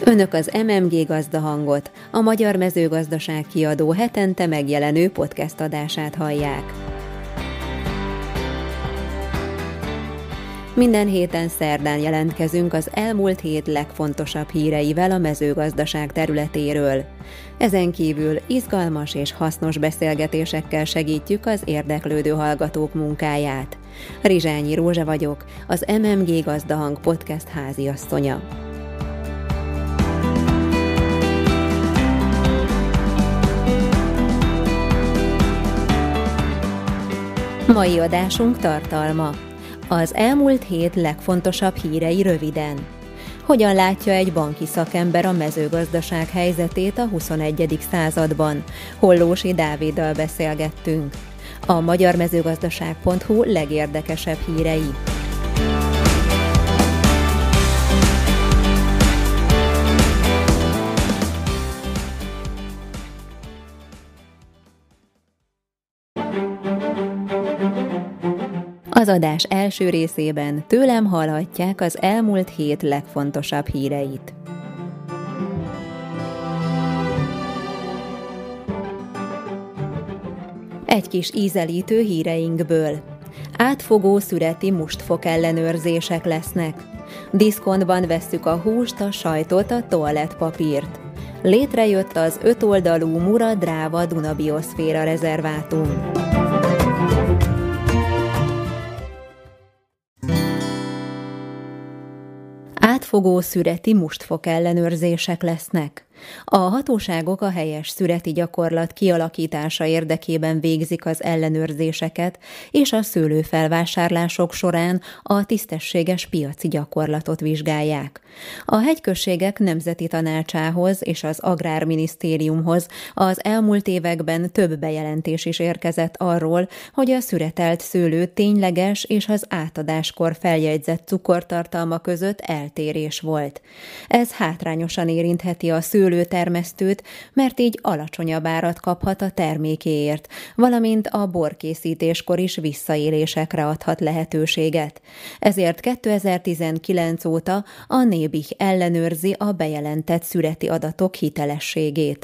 Önök az MMG Gazdahangot, a Magyar Mezőgazdaság Kiadó hetente megjelenő podcast adását hallják. Minden héten szerdán jelentkezünk az elmúlt hét legfontosabb híreivel a mezőgazdaság területéről. Ezen kívül izgalmas és hasznos beszélgetésekkel segítjük az érdeklődő hallgatók munkáját. Rizsányi Rózsa vagyok, az MMG Gazdahang podcast háziasszonya. Mai adásunk tartalma: az elmúlt hét legfontosabb hírei röviden. Hogyan látja egy banki szakember a mezőgazdaság helyzetét a 21. században? Hollósi Dáviddal beszélgettünk. A magyarmezőgazdaság.hu legérdekesebb hírei. Az adás első részében tőlem hallhatják az elmúlt hét legfontosabb híreit. Egy kis ízelítő híreinkből. Átfogó szüreti mustfok ellenőrzések lesznek. Diszkontban vesszük a húst, a sajtot, a toalettpapírt. Létrejött az 5 oldalú Mura-Dráva Duna-bioszféra rezervátum. Átfogó szüreti mustfok ellenőrzések lesznek. A hatóságok a helyes szüreti gyakorlat kialakítása érdekében végzik az ellenőrzéseket, és a szőlőfelvásárlások során a tisztességes piaci gyakorlatot vizsgálják. A hegyközségek nemzeti tanácsához és az Agrárminisztériumhoz az elmúlt években több bejelentés is érkezett arról, hogy a szüretelt szőlő tényleges és az átadáskor feljegyzett cukortartalma között eltérés volt. Ez hátrányosan érintheti a szőlőtermesztőt, mert így alacsonyabb árat kaphat a termékéért, valamint a borkészítéskor is visszaélésekre adhat lehetőséget. Ezért 2019 óta a NÉBIH ellenőrzi a bejelentett szüreti adatok hitelességét.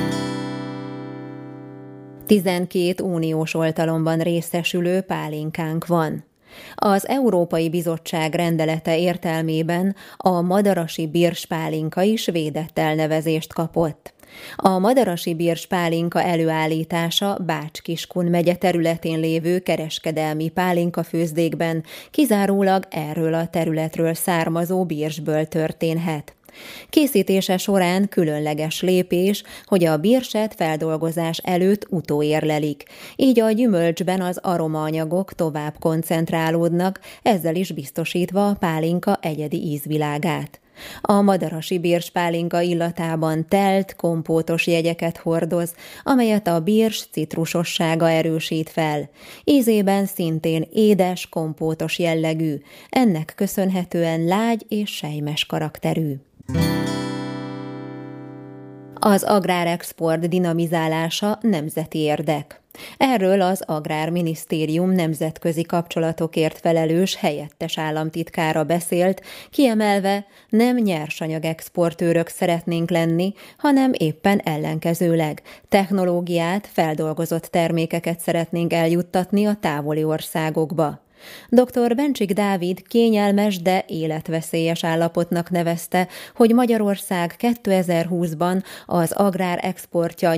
12 uniós oltalomban részesülő pálinkánk van. Az Európai Bizottság rendelete értelmében a madarasi birspálinka is védett elnevezést kapott. A madarasi birspálinka előállítása Bács-Kiskun megye területén lévő kereskedelmi pálinkafőzdékben kizárólag erről a területről származó birsből történhet. Készítése során különleges lépés, hogy a birset feldolgozás előtt utóérlelik, így a gyümölcsben az aromaanyagok tovább koncentrálódnak, ezzel is biztosítva a pálinka egyedi ízvilágát. A madarasi birspálinka illatában telt, kompótos jegyeket hordoz, amelyet a birs citrusossága erősít fel. Ízében szintén édes, kompótos jellegű, ennek köszönhetően lágy és selymes karakterű. Az agrárexport dinamizálása nemzeti érdek. Erről az Agrárminisztérium nemzetközi kapcsolatokért felelős helyettes államtitkára beszélt, kiemelve, nem nyersanyag-exportőrök szeretnénk lenni, hanem éppen ellenkezőleg technológiát, feldolgozott termékeket szeretnénk eljuttatni a távoli országokba. Dr. Bencsik Dávid kényelmes, de életveszélyes állapotnak nevezte, hogy Magyarország 2020-ban az agrár exportja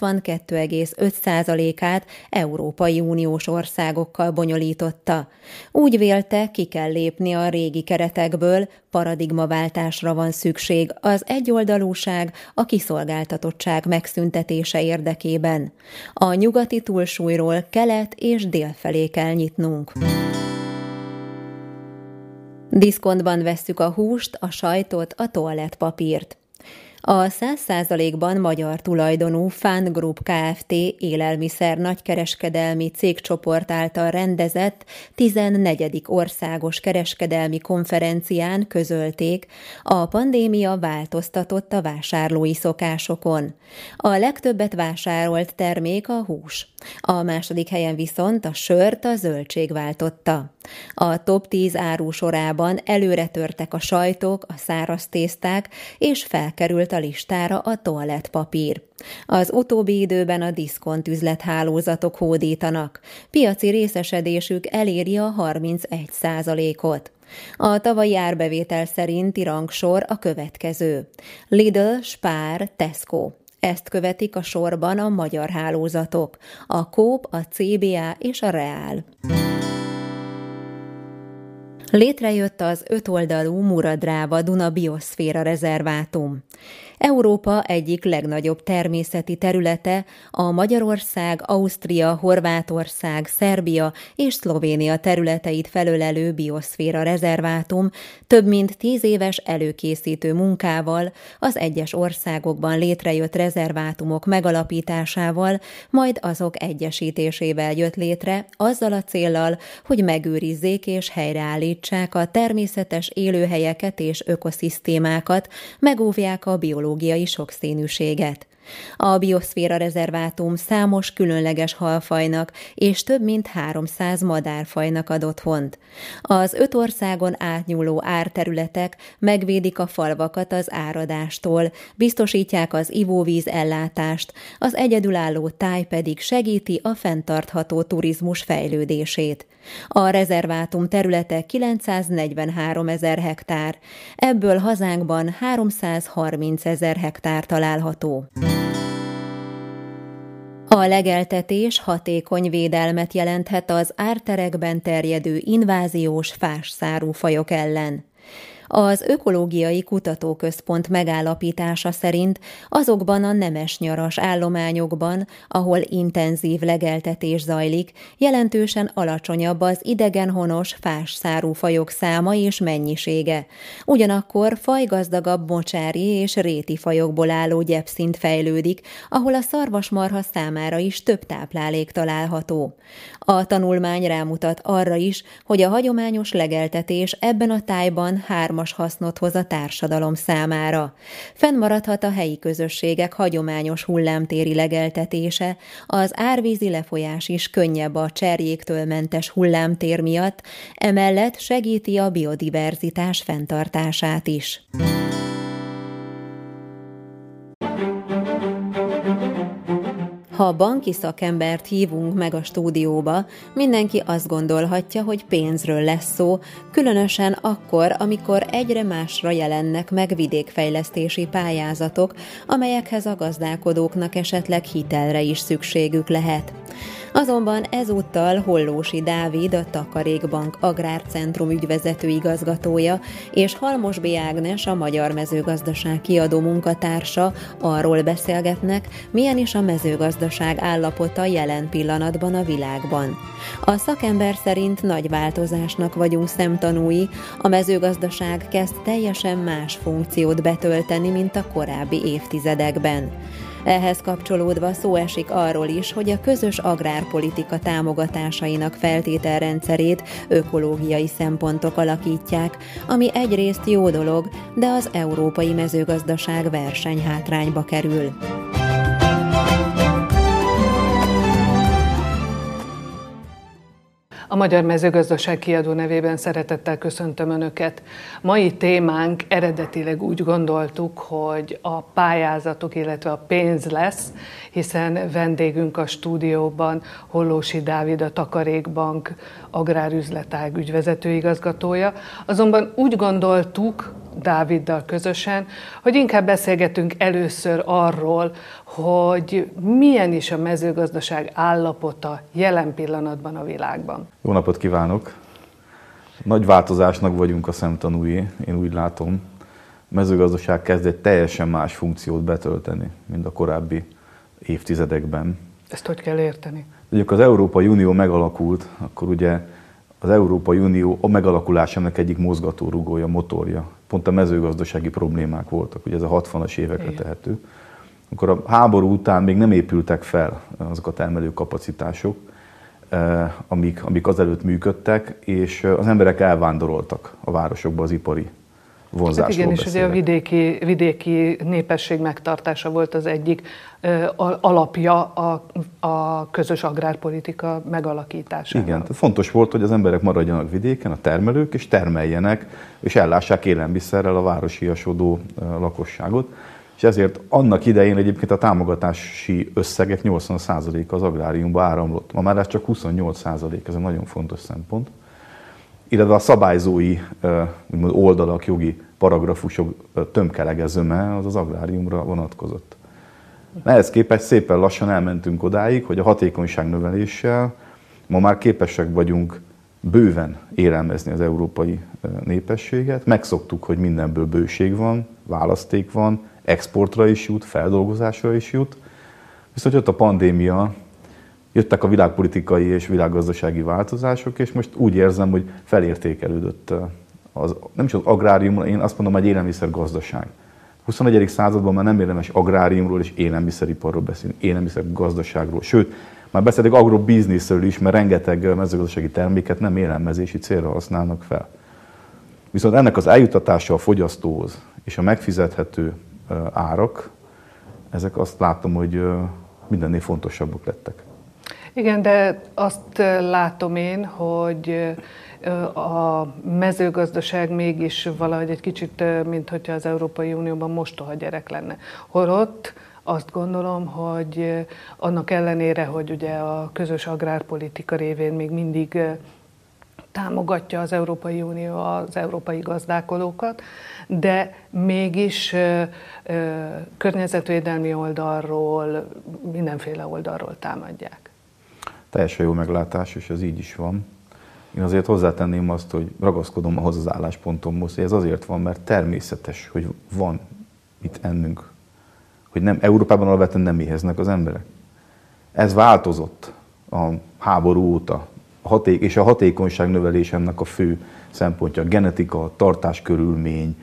82,5%-át Európai Uniós országokkal bonyolította. Úgy vélte, ki kell lépni a régi keretekből, paradigmaváltásra van szükség az egyoldalúság, a kiszolgáltatottság megszüntetése érdekében. A nyugati túlsúlyról kelet és dél felé kell nyitnunk. Diszkontban vesszük a húst, a sajtot, a toalettpapírt. A 100%-ban magyar tulajdonú Fun Group Kft. Élelmiszer nagykereskedelmi cégcsoport által rendezett 14. országos kereskedelmi konferencián közölték, a pandémia változtatott a vásárlói szokásokon. A legtöbbet vásárolt termék a hús. A második helyen viszont a sört, a zöldség váltotta. A top 10 áru sorában előre törtek a sajtok, a száraz tészták, és felkerült a listára a toalettpapír. Az utóbbi időben a diszkont üzlethálózatok hódítanak. Piaci részesedésük eléri a 31%-ot. A tavalyi árbevétel szerinti rangsor a következő: Lidl, Spar, Tesco. Ezt követik a sorban a magyar hálózatok, a Coop, a CBA és a Real. Létrejött az 5 oldalú Mura-Dráva-Duna bioszféra rezervátum. Európa egyik legnagyobb természeti területe, a Magyarország, Ausztria, Horvátország, Szerbia és Szlovénia területeit felölelő bioszféra rezervátum több mint 10 éves előkészítő munkával, az egyes országokban létrejött rezervátumok megalapításával, majd azok egyesítésével jött létre, azzal a céllal, hogy megőrizzék és helyreállítsák a természetes élőhelyeket és ökoszisztémákat, megóvják a biológiai sokszínűséget. A bioszféra rezervátum számos különleges halfajnak és több mint 300 madárfajnak ad otthont. Az 5 országon átnyúló árterületek megvédik a falvakat az áradástól, biztosítják az ivóvíz ellátást, az egyedülálló táj pedig segíti a fenntartható turizmus fejlődését. A rezervátum területe 943 000 hektár, ebből hazánkban 330 000 hektár található. A legeltetés hatékony védelmet jelenthet az árterekben terjedő inváziós fásszárú fajok ellen. Az Ökológiai Kutatóközpont megállapítása szerint azokban a nemesnyaras állományokban, ahol intenzív legeltetés zajlik, jelentősen alacsonyabb az idegenhonos fásszárú fajok száma és mennyisége. Ugyanakkor fajgazdagabb mocsári és réti fajokból álló gyepszint fejlődik, ahol a szarvasmarha számára is több táplálék található. A tanulmány rámutat arra is, hogy a hagyományos legeltetés ebben a tájban hármas hasznot hoz a társadalom számára. Fennmaradhat a helyi közösségek hagyományos hullámtéri legeltetése, az árvízi lefolyás is könnyebb a cserjéktől mentes hullámtér miatt, emellett segíti a biodiverzitás fenntartását is. Ha banki szakembert hívunk meg a stúdióba, mindenki azt gondolhatja, hogy pénzről lesz szó, különösen akkor, amikor egyre másra jelennek meg vidékfejlesztési pályázatok, amelyekhez a gazdálkodóknak esetleg hitelre is szükségük lehet. Azonban ezúttal Hollósy Dávid, a Takarékbank Agrárcentrum ügyvezető igazgatója és Halmos B. Ágnes, a Magyar Mezőgazdaság kiadó munkatársa arról beszélgetnek, milyen is a mezőgazdaság állapota jelen pillanatban a világban. A szakember szerint nagy változásnak vagyunk szemtanúi, a mezőgazdaság kezd teljesen más funkciót betölteni, mint a korábbi évtizedekben. Ehhez kapcsolódva szó esik arról is, hogy a közös agrárpolitika támogatásainak feltételrendszerét ökológiai szempontok alakítják, ami egyrészt jó dolog, de az európai mezőgazdaság versenyhátrányba kerül. A Magyar Mezőgazdaság kiadó nevében szeretettel köszöntöm Önöket. Mai témánk eredetileg úgy gondoltuk, hogy a pályázatok, illetve a pénz lesz, hiszen vendégünk a stúdióban Hollósy Dávid, a Takarékbank agrárüzletág ügyvezetőigazgatója. Azonban úgy gondoltuk, Dáviddal közösen, hogy inkább beszélgetünk először arról, hogy milyen is a mezőgazdaság állapota jelen pillanatban a világban. Jó napot kívánok! Nagy változásnak vagyunk a szemtanúi, én úgy látom. A mezőgazdaság kezd egy teljesen más funkciót betölteni, mint a korábbi évtizedekben. Ezt hogy kell érteni? Amikor az Európai Unió megalakult, akkor ugye az Európai Unió a megalakulásának egyik mozgatórugója, motorja. Pont a mezőgazdasági problémák voltak, ugye ez a 60-as évekre tehető. Akkor a háború után még nem épültek fel azok a termelő kapacitások, amik azelőtt működtek, és az emberek elvándoroltak a városokba az ipari vonzásról hát igen, beszélek. És ugye a vidéki népesség megtartása volt az egyik alapja a közös agrárpolitika megalakításának. Igen, tehát fontos volt, hogy az emberek maradjanak vidéken, a termelők, és termeljenek, és ellássák élelmiszerrel a városiasodó lakosságot. És ezért annak idején egyébként a támogatási összegek 80%-a az agráriumba áramlott. Ma már ez csak 28%, ez egy nagyon fontos szempont. Illetve a szabályzói úgymond oldalak, jogi paragrafusok tömkelegezőme az agráriumra vonatkozott. Ehhez képest szépen lassan elmentünk odáig, hogy a hatékonyság növeléssel ma már képesek vagyunk bőven élelmezni az európai népességet. Megszoktuk, hogy mindenből bőség van, választék van, exportra is jut, feldolgozásra is jut. Viszont jött a pandémia, jöttek a világpolitikai és világgazdasági változások, és most úgy érzem, hogy felértékelődött nem is az agrárium, én azt mondom, hogy élelmiszergazdaság. A 21. században már nem érdemes agráriumról és élelmiszeriparról beszélni, élelmiszergazdaságról. Sőt, már beszéltek agrobizniszről is, mert rengeteg mezőgazdasági terméket nem élelmezési célra használnak fel. Viszont ennek az eljutatása a fogyasztóhoz és a megfizethető árak, ezek azt látom, hogy mindennél fontosabbak lettek. Igen, de azt látom én, hogy a mezőgazdaság mégis valahogy egy kicsit, mint hogyha az Európai Unióban mostoha gyerek lenne. Holott azt gondolom, hogy annak ellenére, hogy ugye a közös agrárpolitika révén még mindig támogatja az Európai Unió az európai gazdálkodókat, de mégis környezetvédelmi oldalról, mindenféle oldalról támadják. Teljesen jó meglátás, és ez így is van. Én azért hozzátenném azt, hogy ragaszkodom ahhoz az álláspontomhoz, hogy ez azért van, mert természetes, hogy van mit ennünk. Hogy nem, Európában alapvetően nem éheznek az emberek. Ez változott a háború óta. És a hatékonyság növelés ennek a fő szempontja. A genetika, a tartáskörülmény,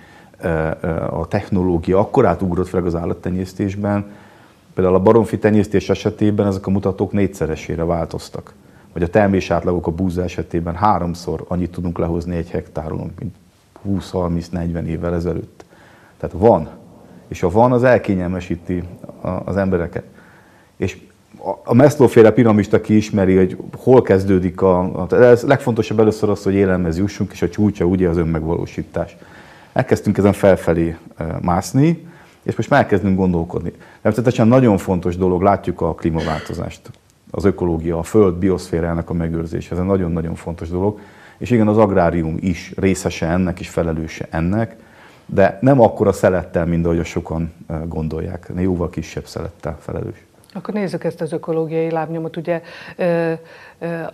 a technológia akkor átugrott fel az állattenyésztésben. Például a baromfi tenyésztés esetében ezek a mutatók 4-szeresére változtak. Vagy a termés átlagok a búza esetében 3-szor annyit tudunk lehozni egy hektáron, mint 20-30-40 évvel ezelőtt. Tehát van. És ha van, az elkényelmesíti az embereket. És a Maslow-féle piramista kiismeri, hogy hol kezdődik a legfontosabb először az, hogy élelmez jussunk, és a csúcsa ugye az önmegvalósítás. Elkezdtünk ezen felfelé mászni, és most már elkezdünk gondolkodni. Természetesen nagyon fontos dolog, látjuk a klímaváltozást, az ökológia, a föld bioszférának a megőrzése, ez egy nagyon-nagyon fontos dolog. És igen, az agrárium is részese ennek, és felelőse ennek, de nem akkora szelettel, mint ahogy a sokan gondolják, jóval kisebb szelettel felelős. Akkor nézzük ezt az ökológiai lábnyomot. Ugye a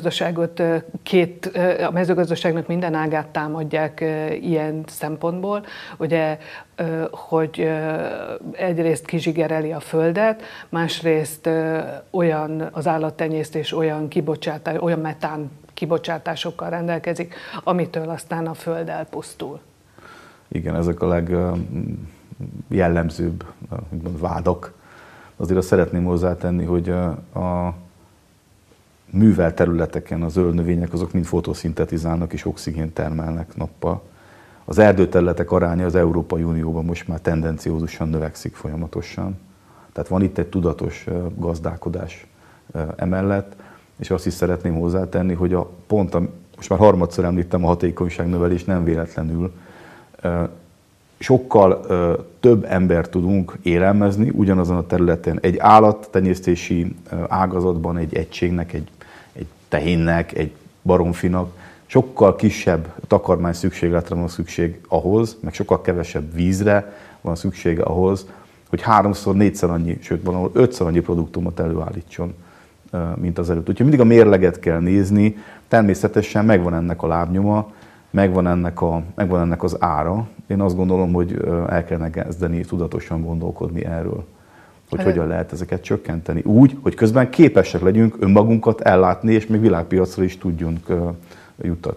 mezőgazdaságnak minden ágát támadják ilyen szempontból, ugye, hogy egyrészt kizsigereli a földet, másrészt olyan az állattenyésztés olyan metán kibocsátásokkal rendelkezik, amitől aztán a föld elpusztul. Igen, ezek a legjellemzőbb vádak. Azért azt szeretném hozzátenni, hogy a művelt területeken a zöld növények azok mind fotoszintetizálnak és oxigént termelnek nappal. Az erdőterületek aránya az Európai Unióban most már tendenciózusan növekszik folyamatosan. Tehát van itt egy tudatos gazdálkodás emellett, és azt is szeretném hozzátenni, hogy most már harmadszor említem a hatékonyságnövelés, nem véletlenül, sokkal több embert tudunk élelmezni ugyanazon a területen. Egy állattenyésztési ágazatban egy egységnek, egy tehénnek, egy baromfinak sokkal kisebb takarmány szükségletre van szükség ahhoz, meg sokkal kevesebb vízre van szüksége ahhoz, hogy 3-4-szer annyi, sőt valahol 5-szer annyi produktumot előállítson, mint az előtt. Úgyhogy mindig a mérleget kell nézni, természetesen megvan ennek a lábnyoma, megvan ennek az ára. Én azt gondolom, hogy el kellene kezdeni tudatosan gondolkodni erről, hogy hogyan lehet ezeket csökkenteni. Úgy, hogy közben képesek legyünk önmagunkat ellátni, és még világpiacra is tudjunk juttatni.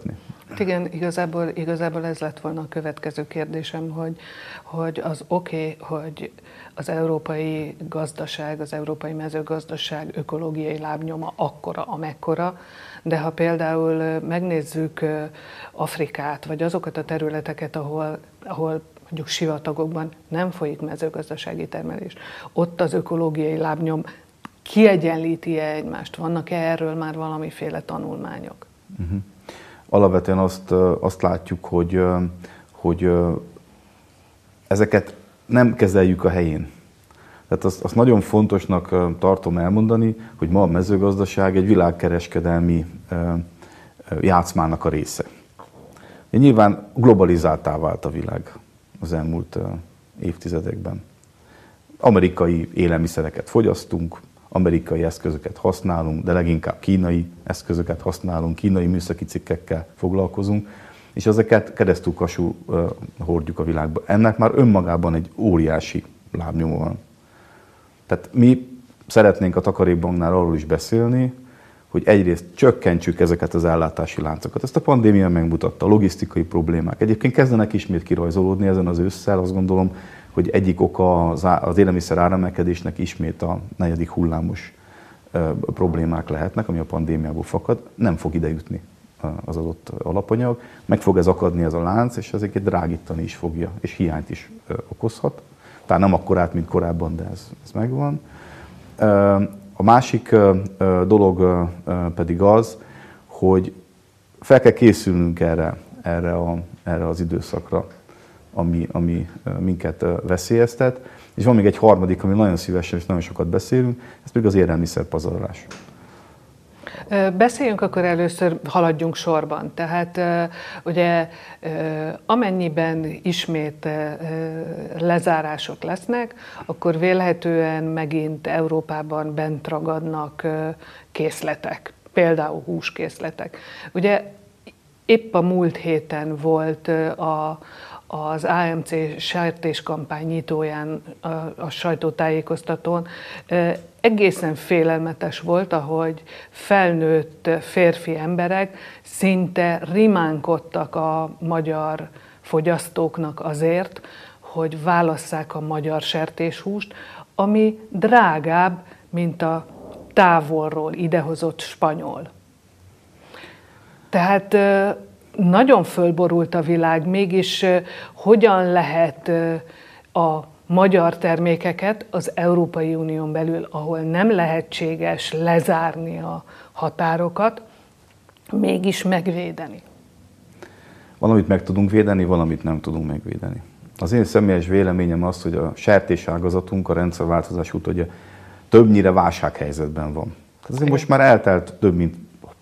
Igen, igazából ez lett volna a következő kérdésem, hogy az oké, hogy az európai gazdaság, az európai mezőgazdaság ökológiai lábnyoma akkora, amekkora, de ha például megnézzük Afrikát, vagy azokat a területeket, ahol mondjuk sivatagokban nem folyik mezőgazdasági termelés, ott az ökológiai lábnyom kiegyenlíti-e egymást? Vannak-e erről már valamiféle tanulmányok? Alapvetően azt látjuk, hogy ezeket nem kezeljük a helyén. Tehát azt nagyon fontosnak tartom elmondani, hogy ma a mezőgazdaság egy világkereskedelmi játszmának a része. Nyilván globalizáltá vált a világ az elmúlt évtizedekben. Amerikai élelmiszereket fogyasztunk, amerikai eszközöket használunk, de leginkább kínai eszközöket használunk, kínai műszaki cikkekkel foglalkozunk, és ezeket keresztülkasú hordjuk a világba. Ennek már önmagában egy óriási lábnyoma van. Tehát mi szeretnénk a Takarékbanknál arról is beszélni, hogy egyrészt csökkentsük ezeket az ellátási láncokat. Ezt a pandémia megmutatta, a logisztikai problémák. Egyébként kezdenek ismét kirajzolódni ezen az ősszel, azt gondolom, hogy egyik oka az élelmiszer áremelkedésnek ismét a 4. hullámos problémák lehetnek, ami a pandémiából fakad. Nem fog ide jutni az adott alapanyag, meg fog ez akadni ez a lánc, és ezeket drágítani is fogja, és hiányt is okozhat. Tehát nem akkorát, mint korábban, de ez megvan. A másik dolog pedig az, hogy fel kell készülnünk erre az időszakra, ami minket veszélyeztet. És van még egy harmadik, ami nagyon szívesen és nagyon sokat beszélünk, ez pedig az élelmiszerpazarlás. Beszéljünk akkor először, haladjunk sorban. Tehát ugye amennyiben ismét lezárások lesznek, akkor vélhetően megint Európában bent ragadnak készletek, például húskészletek. Ugye épp a múlt héten volt az AMC sertéskampány nyitóján, a sajtótájékoztatón egészen félelmetes volt, ahogy felnőtt férfi emberek szinte rimánkodtak a magyar fogyasztóknak azért, hogy válasszák a magyar sertéshúst, ami drágább, mint a távolról idehozott spanyol. Tehát nagyon fölborult a világ, mégis hogyan lehet a magyar termékeket az Európai Unión belül, ahol nem lehetséges lezárni a határokat, mégis megvédeni? Valamit meg tudunk védeni, valamit nem tudunk megvédeni. Az én személyes véleményem az, hogy a sertéságazatunk a rendszerváltozás óta ugye többnyire válsághelyzetben van. Tehát azért most már eltelt több mint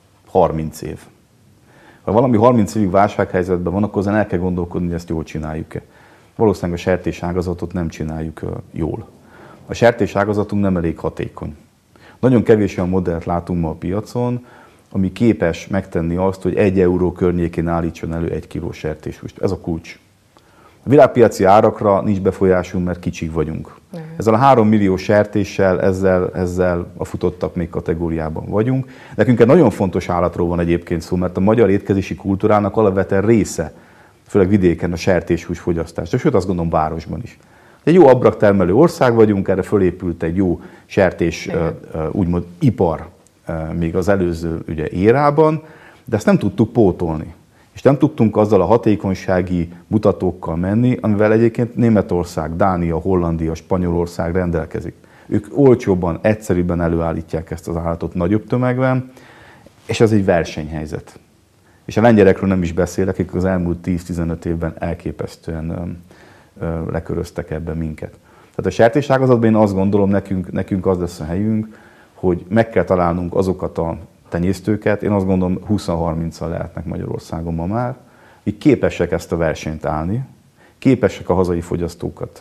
30 év. Ha valami 30 évig válsághelyzetben van, akkor azon el kell gondolkodni, hogy ezt jól csináljuk-e. Valószínűleg a sertéságazatot nem csináljuk jól. A sertéságazatunk nem elég hatékony. Nagyon kevés olyan modellt látunk ma a piacon, ami képes megtenni azt, hogy 1 euró környékén állítson elő 1 kiló sertéshúst. Ez a kulcs. A világpiaci árakra nincs befolyásunk, mert kicsik vagyunk. Ezzel a 3 millió sertéssel, ezzel a futottak még kategóriában vagyunk. Nekünk egy nagyon fontos állatról van egyébként szó, mert a magyar étkezési kultúrának alapvetően része, főleg vidéken a sertéshús fogyasztás, de sőt azt gondolom városban is. Egy jó abraktermelő ország vagyunk, erre fölépült egy jó sertés úgymond ipar még az előző ugye, érában, de ezt nem tudtuk pótolni. És nem tudtunk azzal a hatékonysági mutatókkal menni, amivel egyébként Németország, Dánia, Hollandia, Spanyolország rendelkezik. Ők olcsóbban, egyszerűbben előállítják ezt az állatot nagyobb tömegben, és ez egy versenyhelyzet. És a lengyelekről nem is beszélek, akik az elmúlt 10-15 évben elképesztően leköröztek ebben minket. Tehát a sertéságazatban én azt gondolom, nekünk az lesz a helyünk, hogy meg kell találnunk azokat a tenyésztőket, én azt gondolom 20-30-al lehetnek Magyarországon ma már, akik képesek ezt a versenyt állni, képesek a hazai fogyasztókat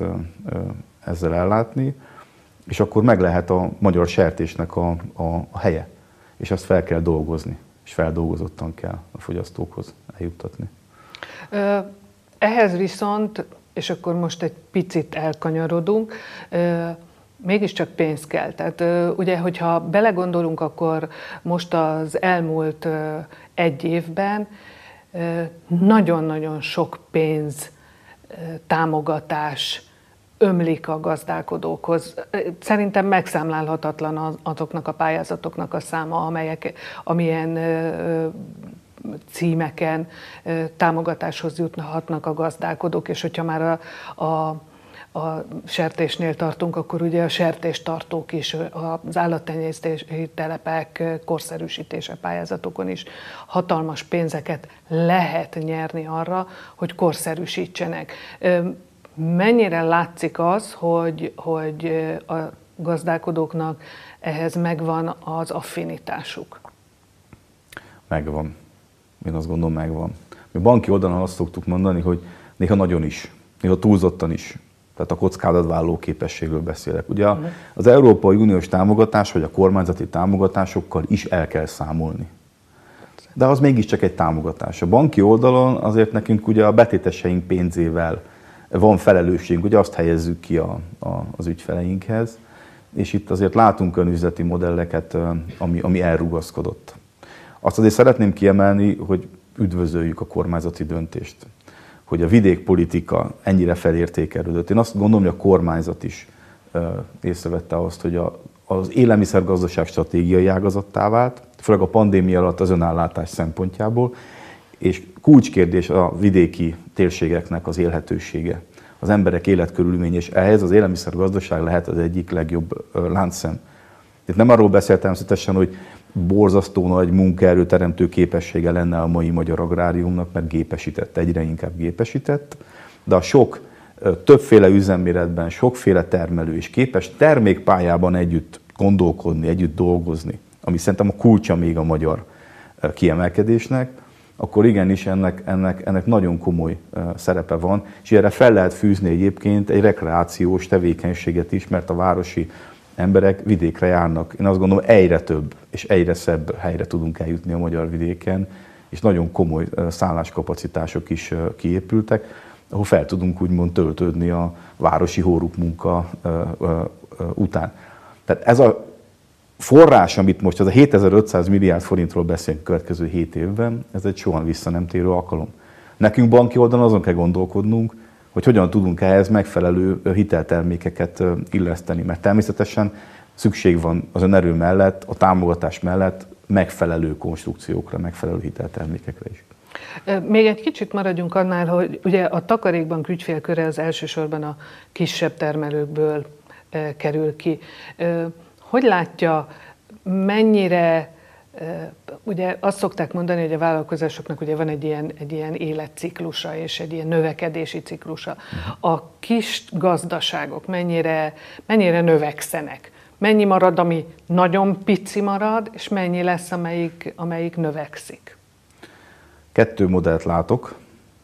ezzel ellátni, és akkor meg lehet a magyar sertésnek a helye, és azt fel kell dolgozni, és feldolgozottan kell a fogyasztókhoz eljuttatni. Ehhez viszont, és akkor most egy picit elkanyarodunk, mégiscsak pénz kell. Tehát ugye, hogyha belegondolunk, akkor most az elmúlt 1 évben nagyon-nagyon sok pénz, támogatás ömlik a gazdálkodókhoz. Szerintem megszámlálhatatlan azoknak a pályázatoknak a száma, amilyen címeken támogatáshoz juthatnak a gazdálkodók, és hogyha már a sertésnél tartunk, akkor ugye a sertéstartók is, az állattenyésztési telepek korszerűsítése pályázatokon is hatalmas pénzeket lehet nyerni arra, hogy korszerűsítsenek. Mennyire látszik az, hogy a gazdálkodóknak ehhez megvan az affinitásuk? Megvan. Én azt gondolom, megvan. Mi banki oldalon azt szoktuk mondani, hogy néha nagyon is, néha túlzottan is. Tehát a kockázatvállaló képességről beszélek. Ugye az Európai Uniós támogatás, vagy a kormányzati támogatásokkal is el kell számolni. De az mégiscsak egy támogatás. A banki oldalon azért nekünk ugye a betéteseink pénzével van felelősségünk, ugye azt helyezzük ki az ügyfeleinkhez, és itt azért látunk olyan üzleti modelleket, ami elrugaszkodott. Azt azért szeretném kiemelni, hogy üdvözöljük a kormányzati döntést, hogy a vidékpolitika ennyire felértékelődött. Én azt gondolom, hogy a kormányzat is észrevette azt, hogy az élelmiszergazdaság stratégiai ágazattá vált, főleg a pandémia alatt az önállátás szempontjából, és kulcskérdés a vidéki térségeknek az élhetősége, az emberek életkörülménye, és ehhez az élelmiszergazdaság lehet az egyik legjobb láncszem. Itt nem arról beszéltem természetesen, hogy borzasztó nagy munkaerőteremtő képessége lenne a mai magyar agráriumnak, mert gépesített, egyre inkább gépesített, de a többféle üzemméretben, sokféle termelő és képes termékpályában együtt gondolkodni, együtt dolgozni, ami szerintem a kulcsa még a magyar kiemelkedésnek, akkor igenis ennek nagyon komoly szerepe van, és erre fel lehet fűzni egyébként egy rekreációs tevékenységet is, mert a városi emberek vidékre járnak. Én azt gondolom, egyre több és egyre szebb helyre tudunk eljutni a magyar vidéken, és nagyon komoly szálláskapacitások is kiépültek, ahol fel tudunk úgymond töltődni a városi hórup munka után. Tehát ez a forrás, amit most az a 7500 milliárd forintról beszélünk következő 7 évben, ez egy soha vissza nem térő alkalom. Nekünk banki oldalon azon kell gondolkodnunk, hogy hogyan tudunk ehhez megfelelő hiteltermékeket illeszteni, mert természetesen szükség van az önerő mellett, a támogatás mellett megfelelő konstrukciókra, megfelelő hiteltermékekre is. Még egy kicsit maradjunk annál, hogy ugye a takarékbank ügyfélköre az elsősorban a kisebb termelőkből kerül ki. Hogy látja, mennyire, ugye azt szokták mondani, hogy a vállalkozásoknak ugye van egy ilyen életciklusa és egy ilyen növekedési ciklusa. A kis gazdaságok mennyire növekszenek? Mennyi marad, ami nagyon pici marad, és mennyi lesz, amelyik növekszik? 2 modellt látok.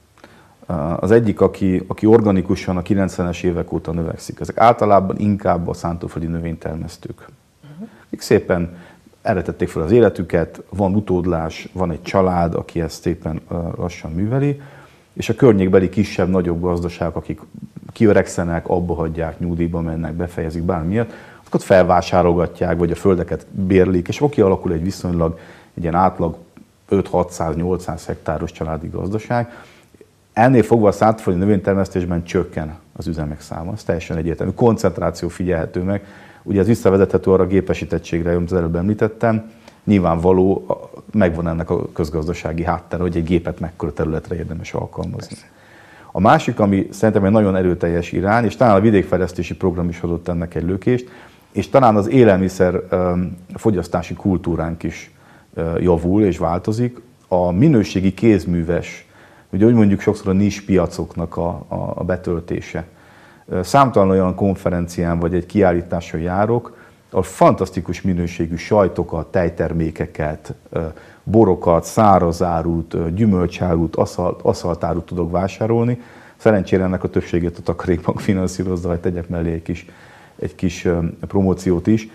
Az egyik, aki organikusan a 90-es évek óta növekszik. Ezek általában inkább a szántóföldi növénytermesztők. Akik szépen elretették fel az életüket, van utódlás, van egy család, aki ezt szépen lassan műveli, és a környékbeli kisebb, nagyobb gazdaságok, akik kiöregszenek, abba hagyják, nyugdíjba mennek, befejezik bármilyet, azokat felvásárolgatják, vagy a földeket bérlik, és oké, alakul egy viszonylag egy ilyen átlag 5-600-800 hektáros családi gazdaság. Ennél fogva a szántóföldi növénytermesztésben csökken az üzemek száma, ez teljesen egyértelmű. Koncentráció figyelhető meg. Ugye ez visszavezethető arra a gépesítettségre, amit az előbb említettem. Nyilvánvaló, megvan ennek a közgazdasági háttere, hogy egy gépet mekkora területre érdemes alkalmazni. A másik, ami szerintem egy nagyon erőteljes irány, és talán a vidékfejlesztési program is adott ennek egy lökést, és talán az élelmiszer fogyasztási kultúránk is javul és változik. A minőségi kézműves, ugye úgy mondjuk sokszor a nis piacoknak a betöltése. Számtalan olyan konferencián vagy egy kiállításon járok, ahol fantasztikus minőségű sajtokat, tejtermékeket, borokat, szárazárút, gyümölcsárút, aszaltárút tudok vásárolni. Szerencsére ennek a többségét a takarékbank finanszírozza, hogy tegyek mellé egy kis promóciót is.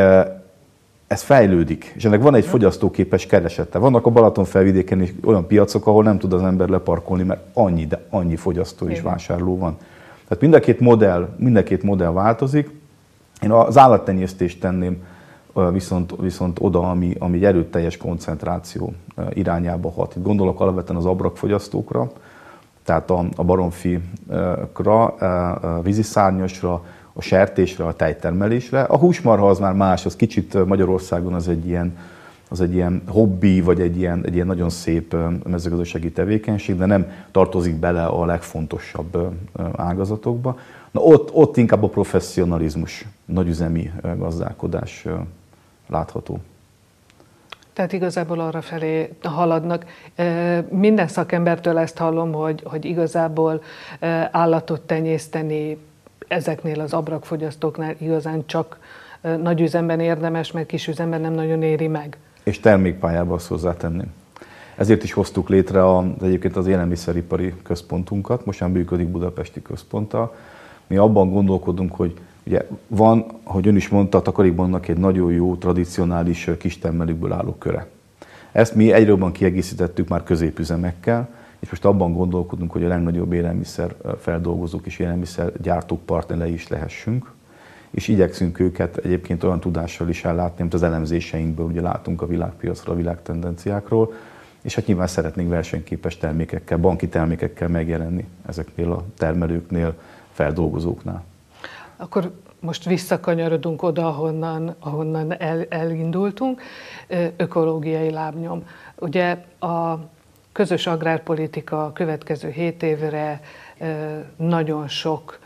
Ez fejlődik, és ennek van egy fogyasztóképes keresete. Vannak a Balatonfelvidéken is olyan piacok, ahol nem tud az ember leparkolni, mert annyi fogyasztó és vásárló van. Tehát mind a két modell változik. Én az állattenyésztést tenném viszont oda, ami egy erőteljes koncentráció irányába hat. Itt gondolok alapvetően az abrakfogyasztókra, tehát a baromfikra, a víziszárnyasra, a sertésre, a tejtermelésre. A húsmarha az már más, az kicsit Magyarországon az egy ilyen hobbi, vagy egy ilyen nagyon szép mezőgazdasági tevékenység, de nem tartozik bele a legfontosabb ágazatokba. Na ott inkább a professzionalizmus, nagyüzemi gazdálkodás látható. Tehát igazából arra felé haladnak. Minden szakembertől ezt hallom, hogy igazából állatot tenyészteni ezeknél az abrakfogyasztóknál igazán csak nagyüzemben érdemes, mert kisüzemben nem nagyon éri meg. És termékpályába azt hozzátenném. Ezért is hoztuk létre egyébként az élelmiszeripari központunkat, most már működik budapesti központtal. Mi abban gondolkodunk, hogy ugye van, ahogy ön is mondta, a takarékbannak egy nagyon jó, tradicionális kistermelőkből álló köre. Ezt mi egyre jobban kiegészítettük már középüzemekkel, és most abban gondolkodunk, hogy a legnagyobb élelmiszer feldolgozók és élelmiszer gyártók partnerei is lehessünk, és igyekszünk őket egyébként olyan tudással is ellátni, amit az elemzéseinkből ugye látunk a világpiacról, a világtendenciákról, és hát nyilván szeretnénk versenyképes termékekkel, banki termékekkel megjelenni ezeknél a termelőknél, feldolgozóknál. Akkor most visszakanyarodunk oda, ahonnan elindultunk, ökológiai lábnyom. Ugye a közös agrárpolitika a következő 7 évre nagyon sok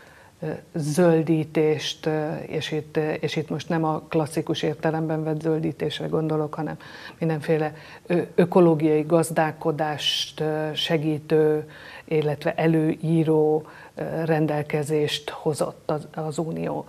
zöldítést, és itt most nem a klasszikus értelemben vett zöldítésre gondolok, hanem mindenféle ökológiai gazdálkodást segítő, illetve előíró rendelkezést hozott az Unió.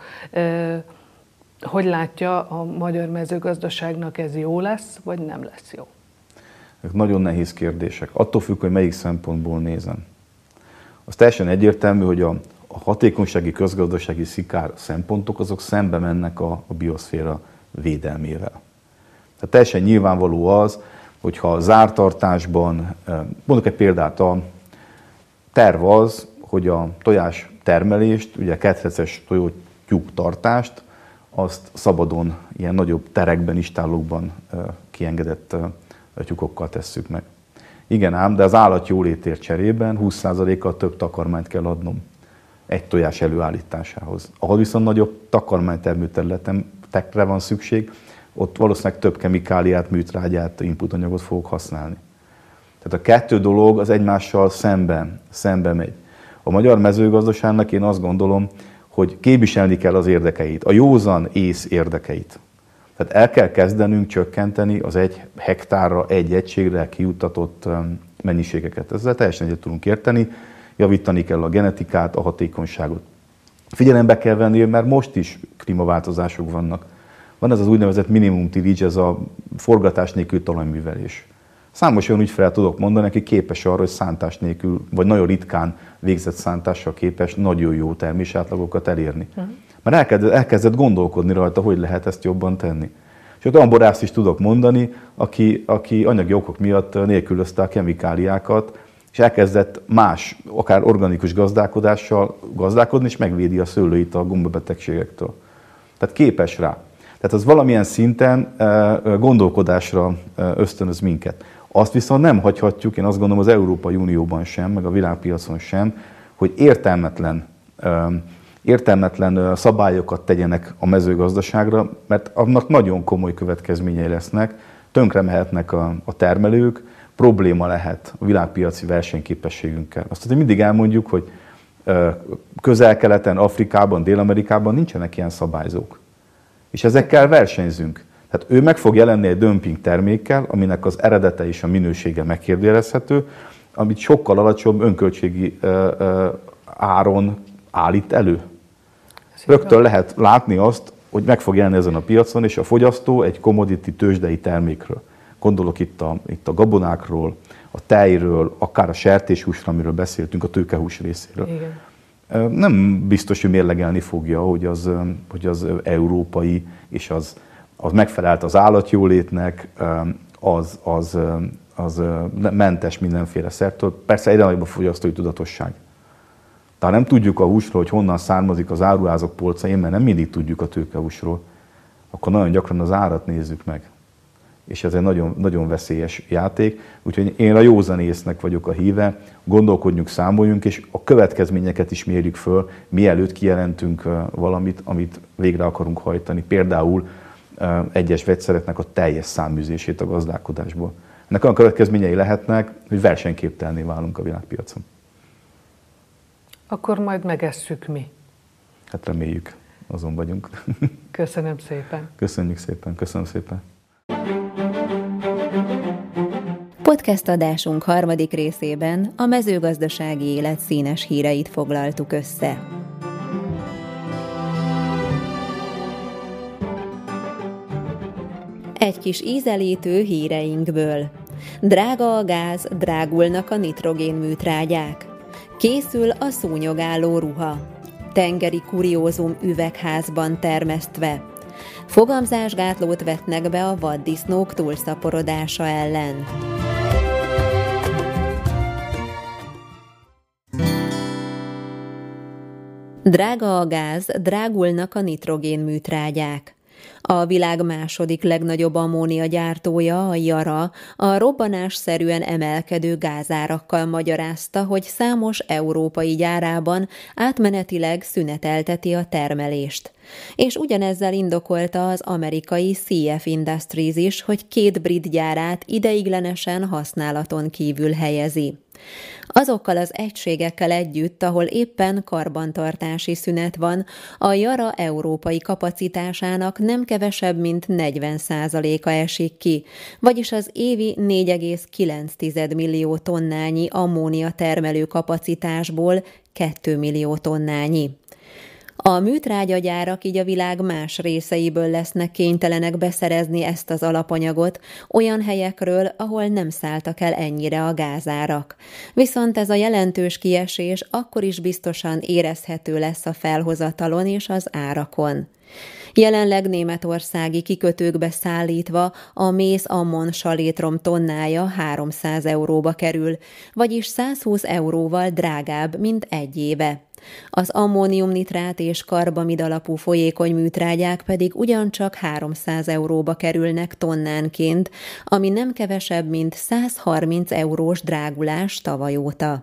Hogy látja, a magyar mezőgazdaságnak ez jó lesz, vagy nem lesz jó? Nagyon nehéz kérdések. Attól függ, hogy melyik szempontból nézem. Az teljesen egyértelmű, hogy a hatékonysági, közgazdasági szikár szempontok azok szembe mennek a bioszféra védelmével. Tehát teljesen nyilvánvaló az, hogyha a zártartásban, mondok egy példát, a terv az, hogy a tojás termelést, ugye a ketreces tojótyúk tartást, azt szabadon, ilyen nagyobb terekben, istállókban kiengedett tyúkokkal tesszük meg. Igen ám, de az állat jólétért cserében 20%-kal több takarmányt kell adnom egy tojás előállításához. Ahol viszont nagyobb takarmánytermő területekre van szükség, ott valószínűleg több kemikáliát, műtrágyát, inputanyagot fogok használni. Tehát a kettő dolog az egymással szembe megy. A magyar mezőgazdaságnak én azt gondolom, hogy képviselni kell az érdekeit, a józan ész érdekeit. Tehát el kell kezdenünk csökkenteni az 1 hektárra, 1 egységre kijuttatott mennyiségeket. Ezzel teljesen egyet tudunk érteni, javítani kell a genetikát, a hatékonyságot. Figyelembe kell venni, mert most is klímaváltozások vannak. Van ez az úgynevezett minimum tillage, ez a forgatás nélkül talajművelés. Számos olyan ügyfelet tudok mondani, aki képes arra, hogy szántás nélkül, vagy nagyon ritkán végzett szántással képes nagyon jó termésátlagokat elérni. Mert elkezdett gondolkodni rajta, hogy lehet ezt jobban tenni. És ott olyan borászt is tudok mondani, aki anyagi okok miatt nélkülözte a kemikáliákat, és elkezdett más, akár organikus gazdálkodással gazdálkodni, és megvédi a szőlőit a gombabetegségektől. Tehát képes rá. Tehát az valamilyen szinten gondolkodásra ösztönöz minket. Azt viszont nem hagyhatjuk, én azt gondolom az Európai Unióban sem, meg a világpiacon sem, hogy értelmetlen szabályokat tegyenek a mezőgazdaságra, mert annak nagyon komoly következményei lesznek, tönkre mehetnek a termelők, probléma lehet a világpiaci versenyképességünkkel. Azt mindig elmondjuk, hogy Közel-Keleten, Afrikában, Dél-Amerikában nincsenek ilyen szabályzók. És ezekkel versenyzünk. Tehát ő meg fog jelenni egy dömping termékkel, aminek az eredete és a minősége megkérdőjelezhető, amit sokkal alacsonyabb önköltségi áron állít elő. Rögtön lehet látni azt, hogy meg fog jelenni ezen a piacon, és a fogyasztó egy commodity tőzsdei termékről. Gondolok itt a gabonákról, a tejről, akár a sertéshúsra, amiről beszéltünk, a tőkehús részéről. Igen. Nem biztos, hogy mérlegelni fogja, hogy az európai, és az megfelelt az állatjólétnek, az mentes mindenféle szertől. Persze egyre nagyobb a fogyasztói tudatosság. Tehát nem tudjuk a húsról, hogy honnan származik az áruházak polcain, mert nem mindig tudjuk a tőkehúsról. akkor nagyon gyakran az árat nézzük meg. És ez egy nagyon, nagyon veszélyes játék. Úgyhogy én a józanésznek vagyok a híve, gondolkodjunk, számoljunk, és a következményeket is mérjük föl, mielőtt kijelentünk valamit, amit végre akarunk hajtani. Például egyes vegyszereknek a teljes száműzését a gazdálkodásból. Ennek olyan következményei lehetnek, hogy versenyképtelenné válunk a világpiacon. Akkor majd megesszük mi. Hát reméljük, azon vagyunk. Köszönöm szépen. Köszönjük szépen, köszönöm szépen. Podcast adásunk harmadik részében a mezőgazdasági élet színes híreit foglaltuk össze. Egy kis ízelítő híreinkből. Drága a gáz, drágulnak a nitrogénműtrágyák. Készül a szúnyogálló ruha. Tengeri kuriózum üvegházban termesztve. Fogamzásgátlót vetnek be a vaddisznók túlszaporodása ellen. Drága a gáz, drágulnak a nitrogénműtrágyák. A világ második legnagyobb ammónia gyártója, a Yara, a robbanásszerűen emelkedő gázárakkal magyarázta, hogy számos európai gyárában átmenetileg szünetelteti a termelést. És ugyanezzel indokolta az amerikai CF Industries is, hogy 2 brit gyárát ideiglenesen használaton kívül helyezi. Azokkal az egységekkel együtt, ahol éppen karbantartási szünet van, a Yara európai kapacitásának nem kevesebb, mint 40%-a esik ki, vagyis az évi 4,9 millió tonnányi ammónia termelő kapacitásból 2 millió tonnányi. A műtrágyagyárak így a világ más részeiből lesznek kénytelenek beszerezni ezt az alapanyagot olyan helyekről, ahol nem szálltak el ennyire a gázárak. Viszont ez a jelentős kiesés akkor is biztosan érezhető lesz a felhozatalon és az árakon. Jelenleg németországi kikötőkbe szállítva a mész-ammon salétrom tonnája 300 euróba kerül, vagyis 120 euróval drágább, mint egy éve. Az ammóniumnitrát és karbamid alapú folyékony műtrágyák pedig ugyancsak 300 euróba kerülnek tonnánként, ami nem kevesebb, mint 130 eurós drágulás tavaly óta.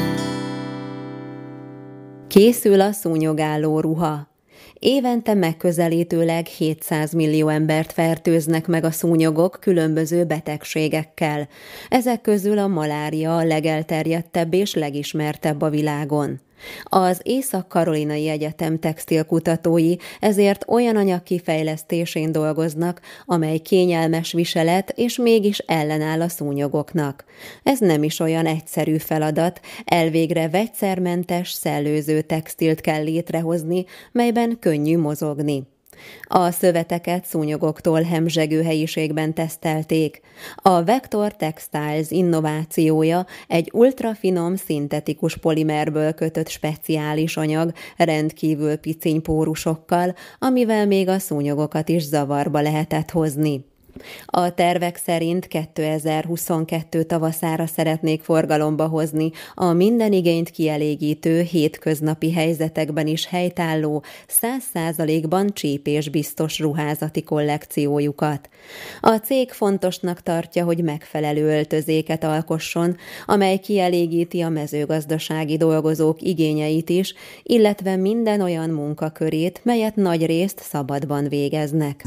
Készül a szúnyogálló ruha. Évente megközelítőleg 700 millió embert fertőznek meg a szúnyogok különböző betegségekkel. Ezek közül a malária a legelterjedtebb és legismertebb a világon. Az Észak-Karolinai Egyetem textilkutatói ezért olyan anyag kifejlesztésén dolgoznak, amely kényelmes viselet és mégis ellenáll a szúnyogoknak. Ez nem is olyan egyszerű feladat, elvégre vegyszermentes, szellőző textilt kell létrehozni, melyben könnyű mozogni. A szöveteket szúnyogoktól hemzsegő helyiségben tesztelték. A Vector Textiles innovációja egy ultrafinom szintetikus polimerből kötött speciális anyag rendkívül piciny pórusokkal, amivel még a szúnyogokat is zavarba lehetett hozni. A tervek szerint 2022 tavaszára szeretnék forgalomba hozni a minden igényt kielégítő hétköznapi helyzetekben is helytálló 100%-ban csípésbiztos ruházati kollekciójukat. A cég fontosnak tartja, hogy megfelelő öltözéket alkosson, amely kielégíti a mezőgazdasági dolgozók igényeit is, illetve minden olyan munkakörét, melyet nagyrészt szabadban végeznek.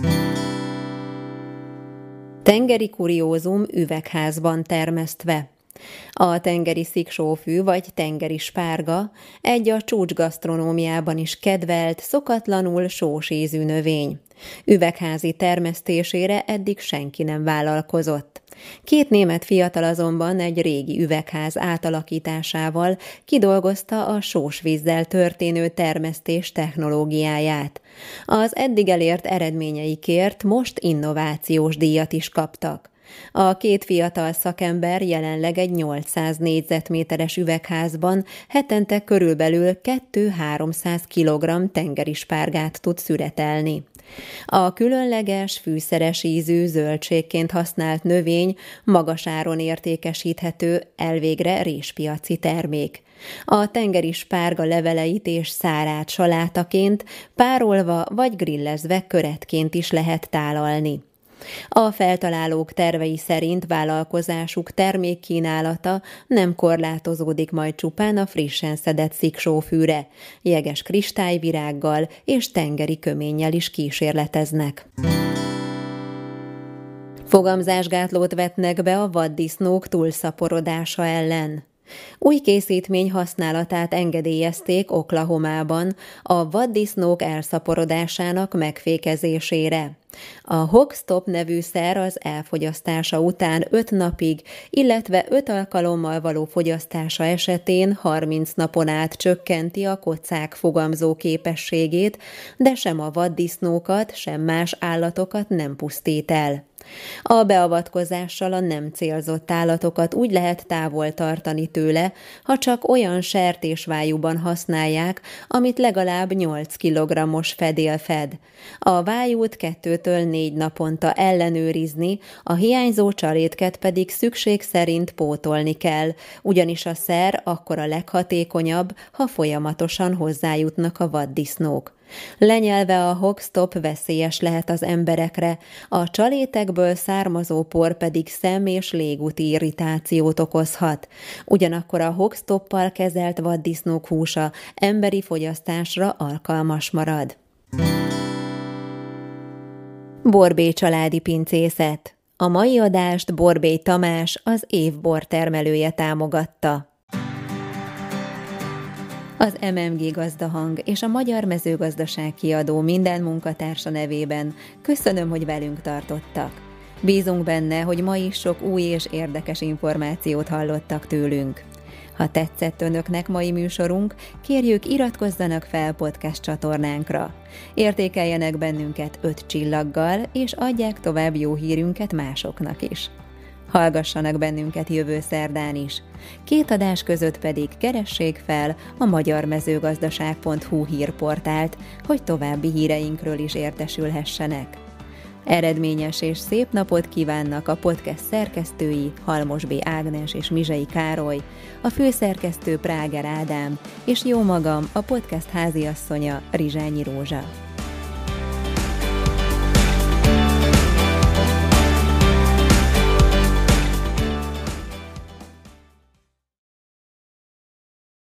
Tengeri kuriózum üvegházban termesztve. A tengeri sziksófű vagy tengeri spárga egy a csúcsgasztronómiában is kedvelt, szokatlanul sós ízű növény. Üvegházi termesztésére eddig senki nem vállalkozott. 2 német fiatal azonban egy régi üvegház átalakításával kidolgozta a sós vízzel történő termesztés technológiáját. Az eddig elért eredményeikért most innovációs díjat is kaptak. A 2 fiatal szakember jelenleg egy 800 négyzetméteres üvegházban hetente körülbelül 200-300 kg tengeri spárgát tud szüretelni. A különleges, fűszeres ízű, zöldségként használt növény magas áron értékesíthető, elvégre rézspiaci termék. A tengeri spárga leveleit és szárát salátaként, párolva vagy grillezve köretként is lehet tálalni. A feltalálók tervei szerint vállalkozásuk termékkínálata nem korlátozódik majd csupán a frissen szedett sziksófűre, jeges kristályvirággal és tengeri köménnyel is kísérleteznek. Fogamzásgátlót vetnek be a vaddisznók túlszaporodása ellen. Új készítmény használatát engedélyezték Oklahomában a vaddisznók elszaporodásának megfékezésére. A Hog-Stop nevű szer az elfogyasztása után 5 napig, illetve 5 alkalommal való fogyasztása esetén 30 napon át csökkenti a kocák fogamzó képességét, de sem a vaddisznókat, sem más állatokat nem pusztít el. A beavatkozással a nem célzott állatokat úgy lehet távol tartani tőle, ha csak olyan sertésvájúban használják, amit legalább 8 kg-os fedél fed. A vájút 2-4 naponta ellenőrizni, a hiányzó csalétket pedig szükség szerint pótolni kell, ugyanis a szer akkor a leghatékonyabb, ha folyamatosan hozzájutnak a vaddisznók. Lenyelve a Hog-Stop veszélyes lehet az emberekre, a csalétekből származó por pedig szem- és légúti irritációt okozhat. Ugyanakkor a Hog-Stoppal kezelt vaddisznók húsa emberi fogyasztásra alkalmas marad. Borbély családi pincészet. A mai adást Borbély Tamás, az év bortermelője támogatta. Az MMG Gazdahang és a Magyar Mezőgazdaság Kiadó minden munkatársa nevében köszönöm, hogy velünk tartottak. Bízunk benne, hogy ma is sok új és érdekes információt hallottak tőlünk. Ha tetszett önöknek mai műsorunk, kérjük, iratkozzanak fel podcast csatornánkra. Értékeljenek bennünket 5 csillaggal, és adják tovább jó hírünket másoknak is. Hallgassanak bennünket jövő szerdán is. 2 adás között pedig keressék fel a magyarmezőgazdaság.hu hírportált, hogy további híreinkről is értesülhessenek. Eredményes és szép napot kívánnak a podcast szerkesztői Halmos B. Ágnes és Mizsei Károly, a főszerkesztő Práger Ádám, és jó magam, a podcast háziasszonya Rizsányi Rózsa.